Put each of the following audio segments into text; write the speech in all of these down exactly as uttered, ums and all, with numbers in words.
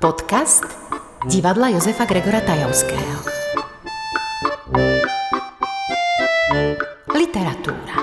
Podcast divadla Jozefa Gregora Tajovského. Literatúra.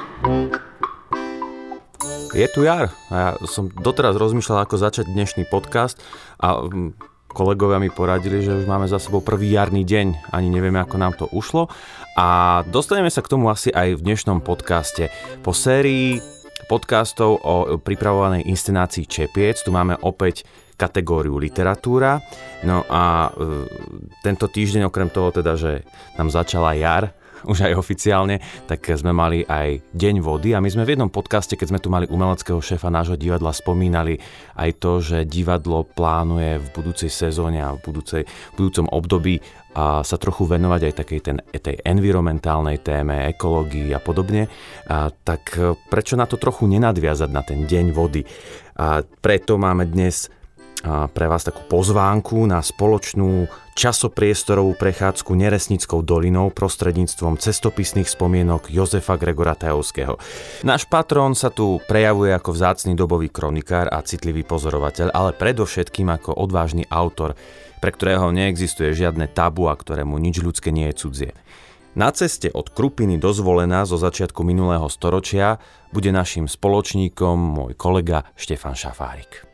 Je tu jar a ja som doteraz rozmýšľal, ako začať dnešný podcast a kolegovia mi poradili, že už máme za sebou prvý jarný deň, ani nevieme, ako nám to ušlo a dostaneme sa k tomu asi aj v dnešnom podcaste. Po sérii podcastov o pripravovanej inscenácii Čepiec tu máme opäť kategóriu literatúra. No a e, tento týždeň, okrem toho teda, že nám začala jar, už aj oficiálne, tak sme mali aj Deň vody a my sme v jednom podcaste, keď sme tu mali umeleckého šéfa nášho divadla, spomínali aj to, že divadlo plánuje v budúcej sezóne a v, budúcej, v budúcom období a sa trochu venovať aj takej ten, tej environmentálnej téme, ekológii a podobne. A tak prečo na to trochu nenadviazať na ten Deň vody? A preto máme dnes pre vás takú pozvánku na spoločnú časopriestorovú prechádzku Neresnickou dolinou prostredníctvom cestopisných spomienok Jozefa Gregora Tajovského. Náš patrón sa tu prejavuje ako vzácny dobový kronikár a citlivý pozorovateľ, ale predovšetkým ako odvážny autor, pre ktorého neexistuje žiadne tabu a ktorému nič ľudské nie je cudzie. Na ceste od Krupiny do Zvolena zo začiatku minulého storočia bude naším spoločníkom môj kolega Štefan Šafárik.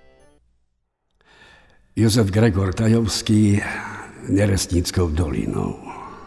Jozef Gregor Tajovský Neresnickou dolinou.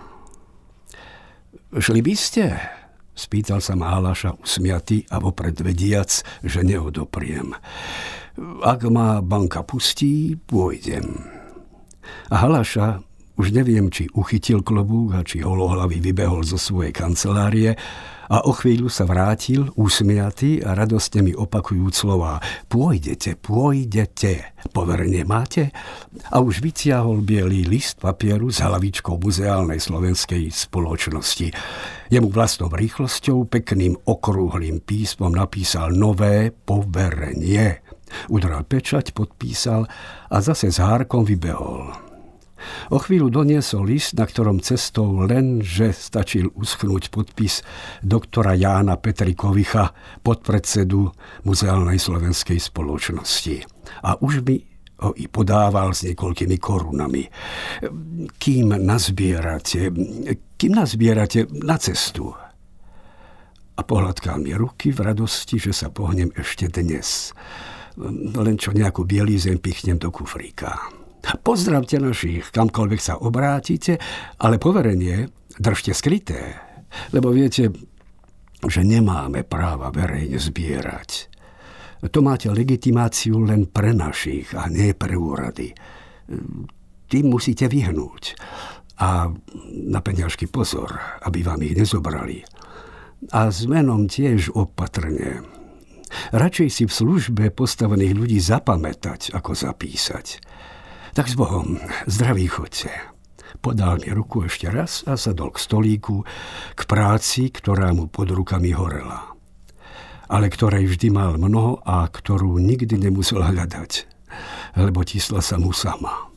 Šli by ste? Spýtal sa ma Halaša usmiatý a vopred vediac, že neodopriem. Ak ma banka pustí, pôjdem. A Halaša, už neviem, či uchytil klobúk a či holohlavý vybehol zo svojej kancelárie a o chvíľu sa vrátil, usmiatý a radostne mi opakujúc slová: Pôjdete, pôjdete, poverne máte? A už vytiahol bielý list papieru s hlavičkou Muzeálnej slovenskej spoločnosti. Jemu vlastnou rýchlosťou, pekným okrúhlým písmom napísal nové poverenie. Udral pečať, podpísal a zase s hárkom vybehol. O chvíľu doniesol list, na ktorom cestou lenže stačil uschnúť podpis doktora Jána Petrikovicha, podpredsedu Muzeálnej slovenskej spoločnosti. A už mi ho i podával s niekoľkými korunami. Kým nazbierate, kým nazbierate na cestu? A pohľadkal mi ruky v radosti, že sa pohnem ešte dnes. Len čo nejakú bielízeň pichnem do kufríka. Pozdravte našich, kamkoľvek sa obrátite, ale poverenie držte skryté, lebo viete, že nemáme práva verejne zbierať. To máte legitimáciu len pre našich a nie pre úrady. Tým musíte vyhnúť. A na peniažky pozor, aby vám ich nezobrali. A s menom tiež opatrne. Radšej si v službe postavených ľudí zapamätať, ako zapísať. Tak s Bohom, zdraví chodce. Podal mi ruku ešte raz a sadol k stolíku, k práci, ktorá mu pod rukami horela. Ale ktorej vždy mal mnoho a ktorú nikdy nemusel hľadať, lebo tisla sa mu sama.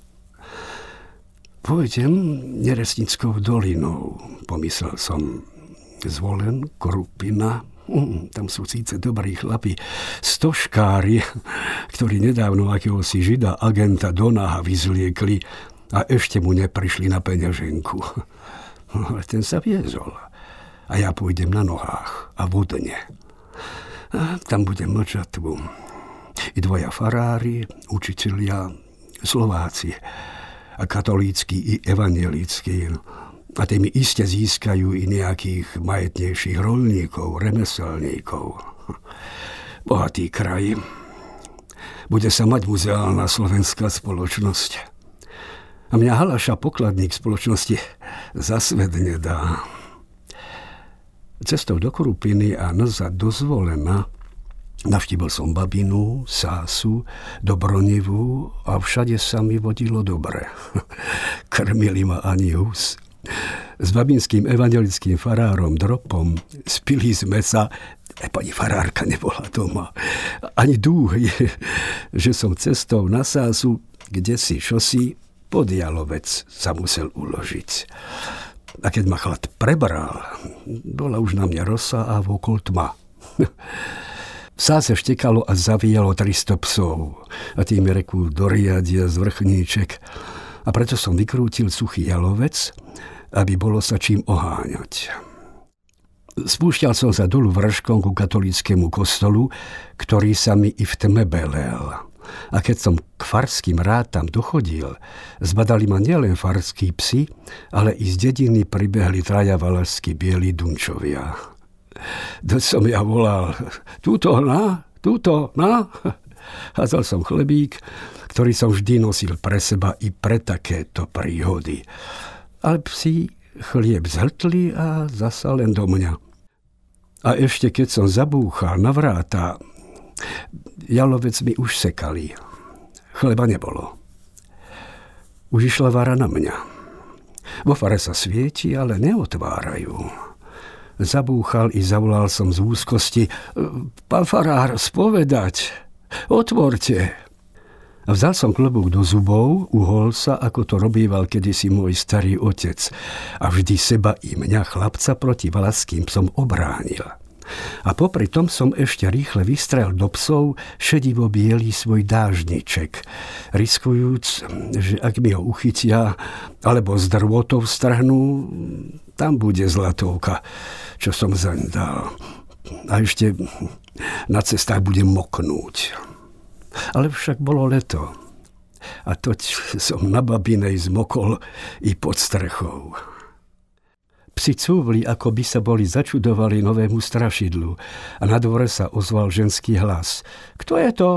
Pôjdem Neresnickou dolinou, pomyslel som. Zvolen, Krupina. Mm, tam sú síce dobrí chlapi, stožkári, ktorí nedávno akéhosi žida agenta Donaha vyzliekli a ešte mu neprišli na peňaženku. Ale ten sa viezol. A ja pôjdem na nohách a vodne. A tam budem mlčať tu. I dvoja farári, učitelia, Slováci, a katolícky i evanjelickí. A tými iste získajú i nejakých majetnejších roľníkov, remeselníkov. Bohatý kraj. Bude sa mať Muzeálna slovenská spoločnosť. A mňa Halaša, pokladník spoločnosti, za svet nedá. Cestou do Krupiny a nazad do Zvolena navštívil som babinu, Sásu, Dobronivu a všade sa mi vodilo dobre. Krmili ma ani hus. S babinským evanjelickým farárom Dropom spili sme sa, pani farárka nebola doma, ani dúhy, že som cestou na Sásu, kde si šosí, pod Jalovec sa musel uložiť. A keď ma chlad prebral, bola už na mňa rosa a vokol tma. V sáze štekalo a zavíjalo tristo psov a tým reku doriadia z vrchníček a preto som vykrútil suchý jalovec, aby bolo sa čím oháňať. Spúšťal som sa dolu vrškom ku katolíckemu kostolu, ktorý sa mi i v tme belel. A keď som k farským rátam dochodil, zbadali ma nielen farskí psi, ale i z dediny pribehli traja valašskí bieli dunčovia. Doď som ja volal, túto na, túto na. Hádzal som chlebík, ktorý som vždy nosil pre seba i pre takéto príhody. Ale psi chlieb zhltli a zasa len do mňa. A ešte keď som zabúchal na vráta, jalovec mi už sekali. Chleba nebolo. Už išla vara na mňa. Vo fare sa svieti, ale neotvárajú. Zabúchal i zavolal som z úzkosti. Pán farár, spovedať, otvorte. A vzal som klobúk do zubov, uhol sa, ako to robíval kedysi môj starý otec. A vždy seba i mňa, chlapca, proti valašským psom obránil. A popri tom som ešte rýchle vystrel do psov šedivo bielý svoj dážniček, riskujúc, že ak mi ho uchytia, alebo z drôtov strhnú, tam bude zlatovka, čo som zaň dal. A ešte na cestách budem moknúť. Ale však bolo leto. A toť som na Babinej zmokol i pod strechou. Psi cúvli, ako by sa boli začudovali novému strašidlu. A na dvore sa ozval ženský hlas. Kto je to?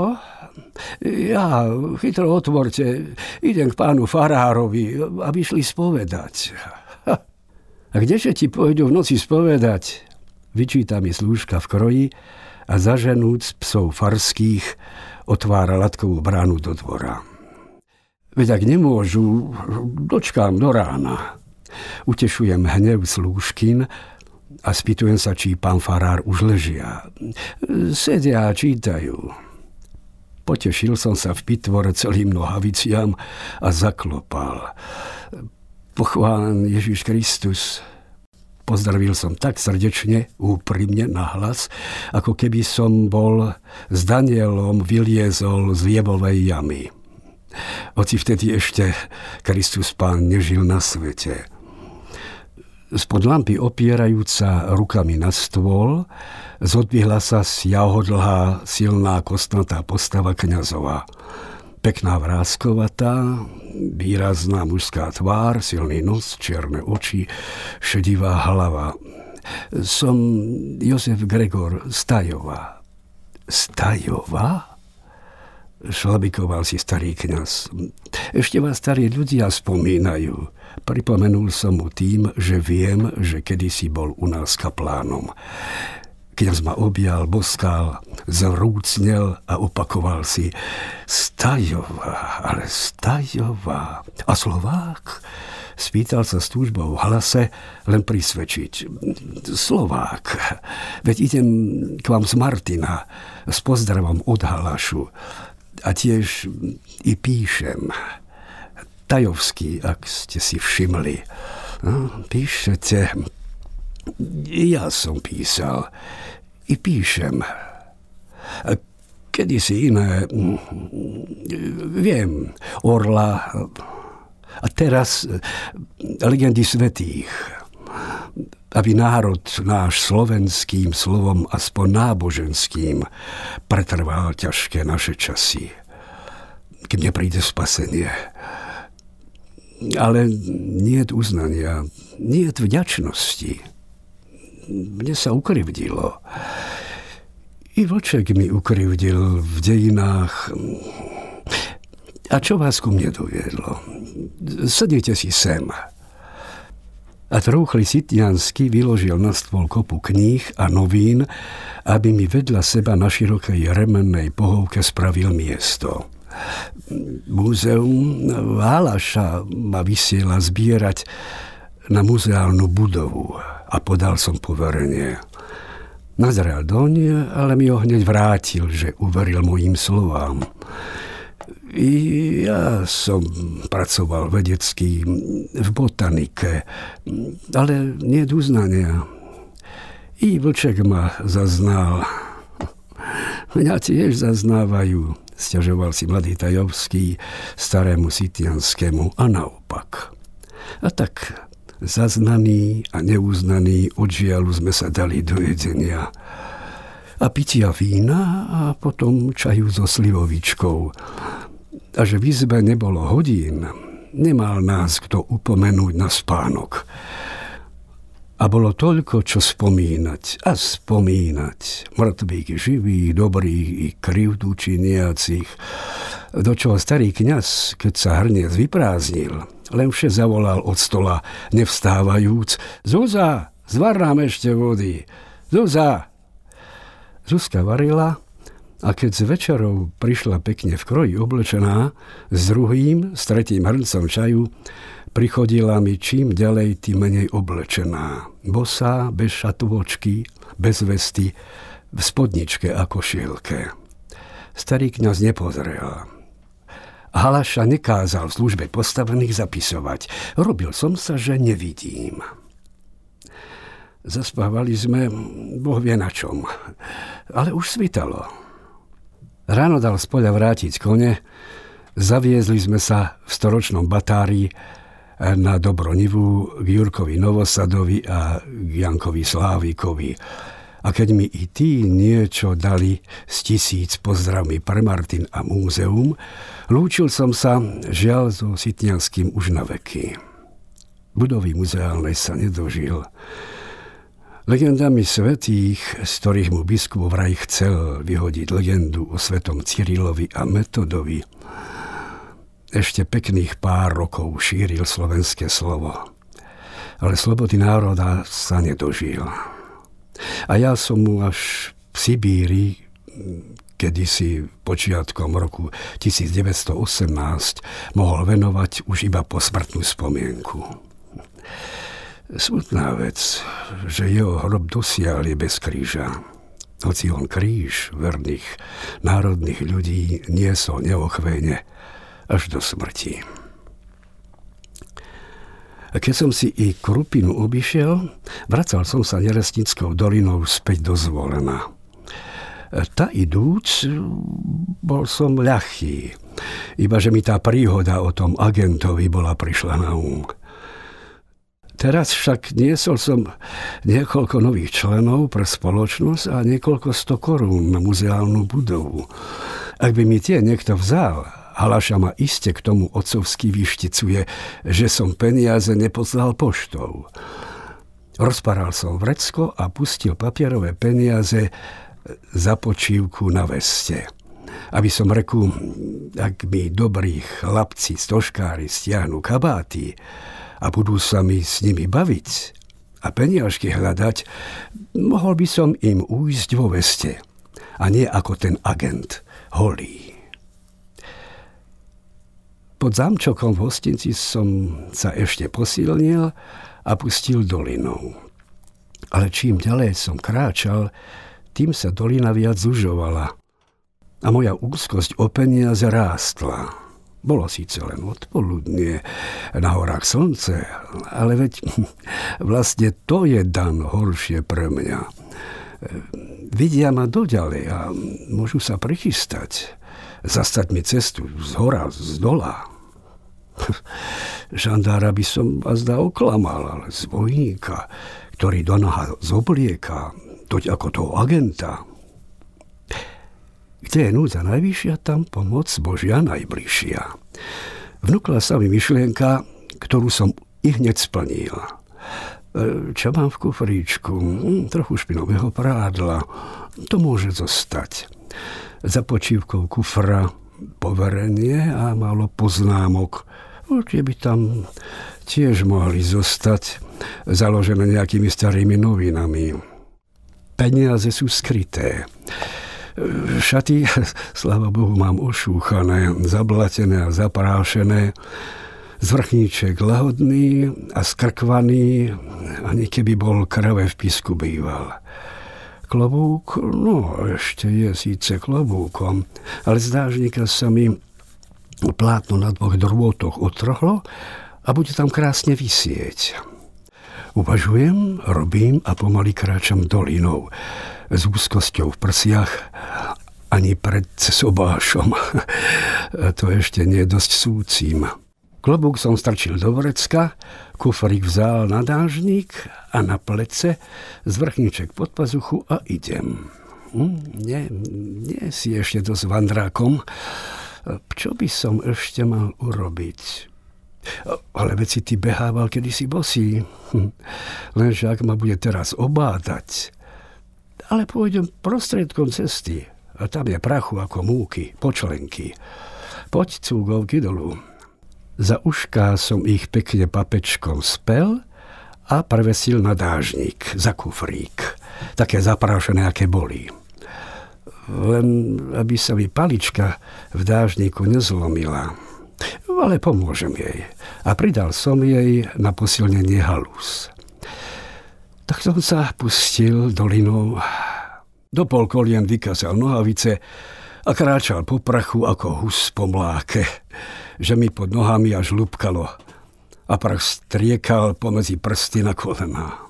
Ja, chytro otvorte. Idem k pánu farárovi, aby šli spovedať. Ha. A kdeže ti pôjdu v noci spovedať? Vyčíta mi slúžka v kroji a zaženúc psov farských otvára latkovú bránu do dvora. Veď ak nemôžu, dočkám do rána. Utešujem hnev slúžkin a spýtujem sa, či pán farár už ležia. Sedia a čítajú. Potešil som sa v pitvore celým nohaviciam a zaklopal. Pochválený Ježiš Kristus. Pozdravil som tak srdečne, úprimne, nahlas, ako keby som bol s Danielom vyliezol z jebovej jamy. Hoci vtedy ešte Kristus Pán nežil na svete. Spod lampy opierajúca rukami na stôl zodvihla sa siahodlhá, silná, kostnatá postava kňazova. Pekná vrázkovatá, výrazná mužská tvár, silný nos, čierne oči, šedivá hlava. Som Jozef Gregor Stajová. Stajová? Šlabikoval si starý kňaz. Ešte vás starí ľudia spomínajú. Pripomenul som mu tým, že viem, že kedysi bol u nás kaplánom. Kňaz ma objal, boskal, zvrúcnel a opakoval si Stajová, ale Stajová. A Slovák? Spýtal sa s túžbou v hlase, len prisvedčiť. Slovák. Veď idem k vám z Martina s pozdravom od Halašu. A tiež i píšem. Tajovský, ak ste si všimli. No, píšete. Ja som písal. I píšem. Kedysi iné. Viem. Orla. A teraz legendy svätých. Aby národ náš slovenským slovom aspoň náboženským pretrval ťažké naše časy. Keď nepríde spasenie. Ale niet uznania, niet vďačnosti. Mne sa ukrivdilo. I Vlček mi ukrivdil v dejinách. A čo vás ku mne doviedlo? Sednite si sem. A trúchly Sitniansky vyložil na stôl kopu kníh a novín, aby mi vedľa seba na širokej remennej pohovke spravil miesto. Múzeum Halaša ma vysiela zbierať na muzeálnu budovu a podal som poverenie. Nazrel doň, ale mi ho hneď vrátil, že uveril mojim slovám. I ja som pracoval vedecky v botanike, ale nie uznania. I Vlček ma zaznal. Mňa tiež zaznávajú, sťažoval si mladý Tajovský starému Sitianskému a naopak. A tak zaznaný a neuznaný od žialu sme sa dali do jedenia a pitia vína a potom čaju so slivovičkou. A že v izbe nebolo hodín, nemal nás kto upomenúť na spánok. A bolo toľko, čo spomínať a spomínať. Mŕtvych, živých, dobrých i krivdu činiacich. Do čoho starý kňaz, keď sa hrniec vyprázdnil, len vše zavolal od stola, nevstávajúc: Zúza, zvar nám ešte vody. Zúza. Zuzka varila a keď z večerou prišla pekne v kroji oblečená, s druhým, s tretím hrncom čaju, prichodila mi čím ďalej, tým menej oblečená. Bosá, bez šatôčky, bez vesty, v spodničke a košielke. Starý kňaz nepozrel. Halaša nekázal v službe postavených zapisovať. Robil som sa, že nevidím. Zaspávali sme, Boh vie na čom. Ale už svitalo. Ráno dal z poľa vrátiť kone, zaviezli sme sa v storočnom batári na Dobronivu k Jurkovi Novosadovi a k Jankovi Slávikovi. A keď mi i tí niečo dali z tisíc pozdravmi pre Martin a múzeum, lúčil som sa, žiaľ, so Sitnianským už na veky. Budovy muzeálnej sa nedožil. Legendami svätých, z ktorých mu biskup vraj chcel vyhodiť legendu o svetom Cyrilovi a Metodovi, ešte pekných pár rokov šíril slovenské slovo. Ale slobody národa sa nedožil. A ja som mu až v Sibíri, kedysi počiatkom roku devätnásťstoosemnásť, mohol venovať už iba posmrtnú spomienku. Smutná vec, že jeho hrob dosiaľ je bez kríža. Hoci on kríž verných národných ľudí niesol neochvejne až do smrti. A keď som si i Krupinu obišiel, vracal som sa Neresnickou dolinou späť do Zvolena. Ta idúc, bol som ľahký, iba že mi tá príhoda o tom agentovi bola prišla na um. Teraz však niesol som niekoľko nových členov pre spoločnosť a niekoľko sto korún na muzeálnu budovu. Ak by mi tie niekto vzal, Halaša ma iste k tomu otcovsky vyšticuje, že som peniaze neposlal poštou. Rozparal som vrecko a pustil papierové peniaze za počívku na veste. Aby som reku, ak mi dobrí chlapci stožkári stiahnu kabáty a budú sa mi s nimi baviť a peniažky hľadať, mohol by som im újsť vo veste a nie ako ten agent holý. Pod zámčokom v hostinci som sa ešte posilnil a pustil dolinou. Ale čím ďalej som kráčal, tým sa dolina viac zužovala a moja úzkosť o peniaze rástla. Bolo síce len odpoludnie, na horách slnce, ale veď vlastne to je dan horšie pre mňa. Vidia ma doďalej a môžu sa prichystať, zastať mi cestu z hora, z dola. Žandára by som azda oklamal, ale z vojníka, ktorý do noha zoblieka, toť ako toho agenta. Kde je núdza najvyššia, tam pomoc Božia najbližšia. Vnúkla sa mi myšlienka, ktorú som i hneď splnil. Čo mám v kufríčku? Trochu špinového prádla. To môže zostať. Za počívkou kufra poverenie a málo poznámok. Tie by tam tiež mohli zostať, založené nejakými starými novinami. Peniaze sú skryté. Šaty, sláva Bohu, mám ošúchané, zablatené a zaprášené. Zvrchníček lahodný a skrkvaný, ani keby bol krave v pisku býval. Klobúk, no ešte je síce klobúkom, ale z dážnika sa mi plátno na dvoch drôtoch otrhlo a bude tam krásne visieť. Uvažujem, robím a pomaly kráčam dolinou s úzkosťou v prsiach ani pred sobášom. To ešte nie dosť súcim. Klobúk som strčil do vrecka, kufrík vzal na dážnik a na plece, zvrchníček pod pazuchu a idem. Hm, nie, nie si ešte dosť vandrákom. Čo by som ešte mal urobiť? Ale veď si ty behával kedysi bosý. Hm. Lenže ak ma bude teraz obádať, ale pôjdem prostriedkom cesty a tam je prachu ako múky, počlenky. Poď cúgovky dolu. Za ušká som ich pekne papečkom spel a prevesil na dážnik za kufrík. Také zaprášené, aké boli. Len aby sa mi palička v dážniku nezlomila. Ale pomôžem jej. A pridal som jej na posilnenie halús. Tak som sa pustil dolinou. Do pol kolien vykazal nohavice a kráčal po prachu ako hus po mláke, že mi pod nohami až lupkalo a prach striekal pomedzi prsty na kolená.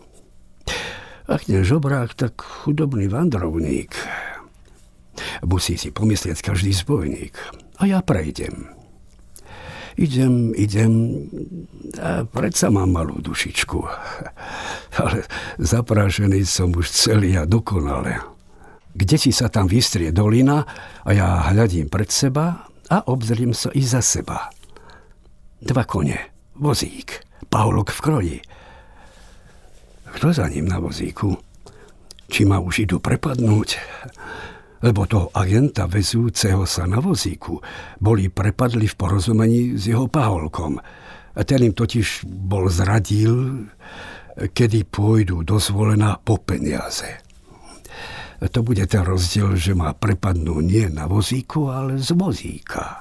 Ak nie žobrák, tak chudobný vandrovník. Musí si pomyslieť každý zbojník. A ja prejdem. Idem, idem a predsa mám malú dušičku. Ale zaprášený som už celý a dokonale. Kde si sa tam vystrie dolina a ja hľadím pred seba a obzriem sa i za seba. Dva kone, vozík, Pavlok v kroji. Kto za ním na vozíku? Či ma už idú prepadnúť? Lebo toho agenta vezúceho sa na vozíku boli prepadli v porozumení s jeho Paholkom. A ten im totiž bol zradil, kedy pôjdu do Zvolena po peniaze. A to bude ten rozdiel, že ma prepadnú nie na vozíku, ale z vozíka.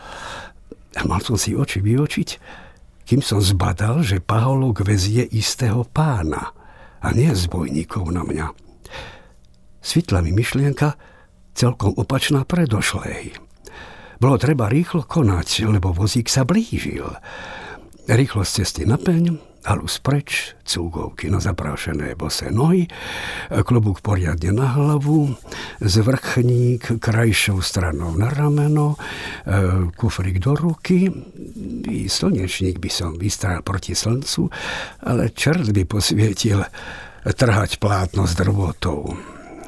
A mal som si oči vyočiť, kým som zbadal, že Paholok vezie istého pána a nie zbojníkov na mňa. Svitla mi myšlienka celkom opačná predošlej. Bolo treba rýchlo konať, lebo vozík sa blížil. Rýchlo z cesty napeň, halus preč, cúgovky na zaprášené bosé nohy, klobúk poriadne na hlavu, zvrchník krajšou stranou na rameno, kufrík do ruky, i slnečník by som vystrál proti slncu, ale čert by posvietil trhať plátno s drvotou.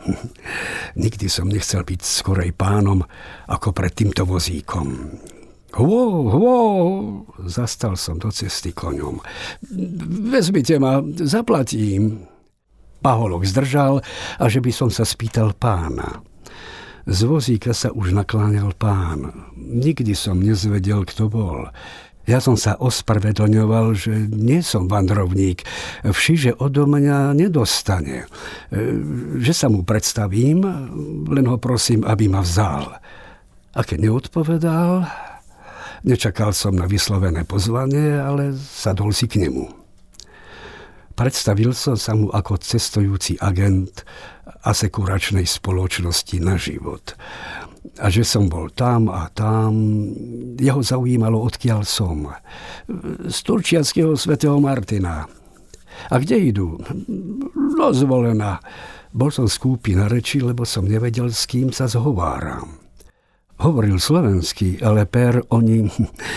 Nikdy som nechcel byť skorej pánom ako pred týmto vozíkom. Hvo, hvo, zastal som do cesty koňom. Vezmite ma, zaplatím. Paholok zdržal, a že by som sa spýtal pána. Z vozíka sa už nakláňal pán. Nikdy som nezvedel, kto bol. Ja som sa ospravedlňoval, že nie som vandrovník, vši, že odo mňa nedostane. Že sa mu predstavím, len ho prosím, aby ma vzal. A keď neodpovedal, nečakal som na vyslovené pozvanie, ale sadol si k nemu. Predstavil som sa mu ako cestujúci agent asekuračnej spoločnosti na život. A že som bol tam a tam, jeho zaujímalo, odkiaľ som. Z turčianskeho svätého Martina. A kde idú? Do Zvolena. Bol som skúpy na reči, lebo som nevedel, s kým sa zhováram. Hovoril slovensky, ale per oni...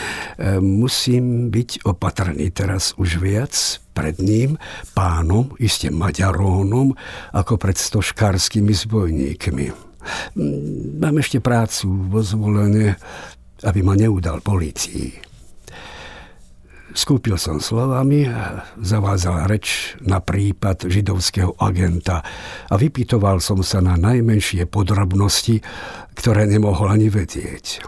Musím byť opatrný teraz už viac pred ním, pánom, iste Maďarónom, ako pred stoškárskymi zbojníkmi. Mám ešte prácu vo Zvolene, aby ma neudal polícii. Skúpil som slovami, zavázal reč na prípad židovského agenta a vypytoval som sa na najmenšie podrobnosti, ktoré nemohol ani vedieť.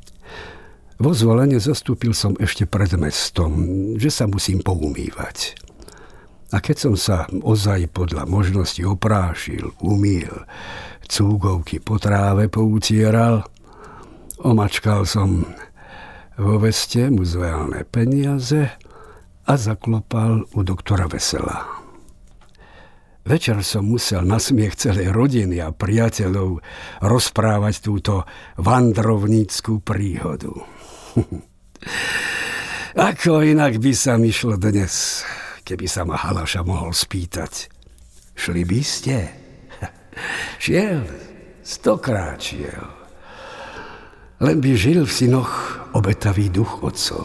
Vo Zvolene zastúpil som ešte pred mestom, že sa musím poumývať. A keď som sa ozaj podľa možnosti oprášil, umýl, cúgovky po tráve poutieral, omačkal som vo veste muzeálne peniaze a zaklopal u doktora Vesela. Večer som musel na smiech celej rodiny a priateľov rozprávať túto vandrovnícku príhodu. Ako inak by sa mi šlo dnes, keby sa ma Halaša mohol spýtať. Šli by ste? Šiel, stokrát šiel. Len by žil v synoch obetavý duch otcov.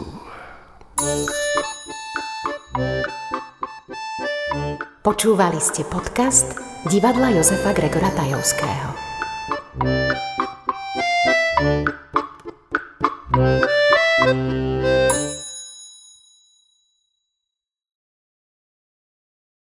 Počúvali ste podcast Divadla Jozefa Gregora Tajovského. Thank you.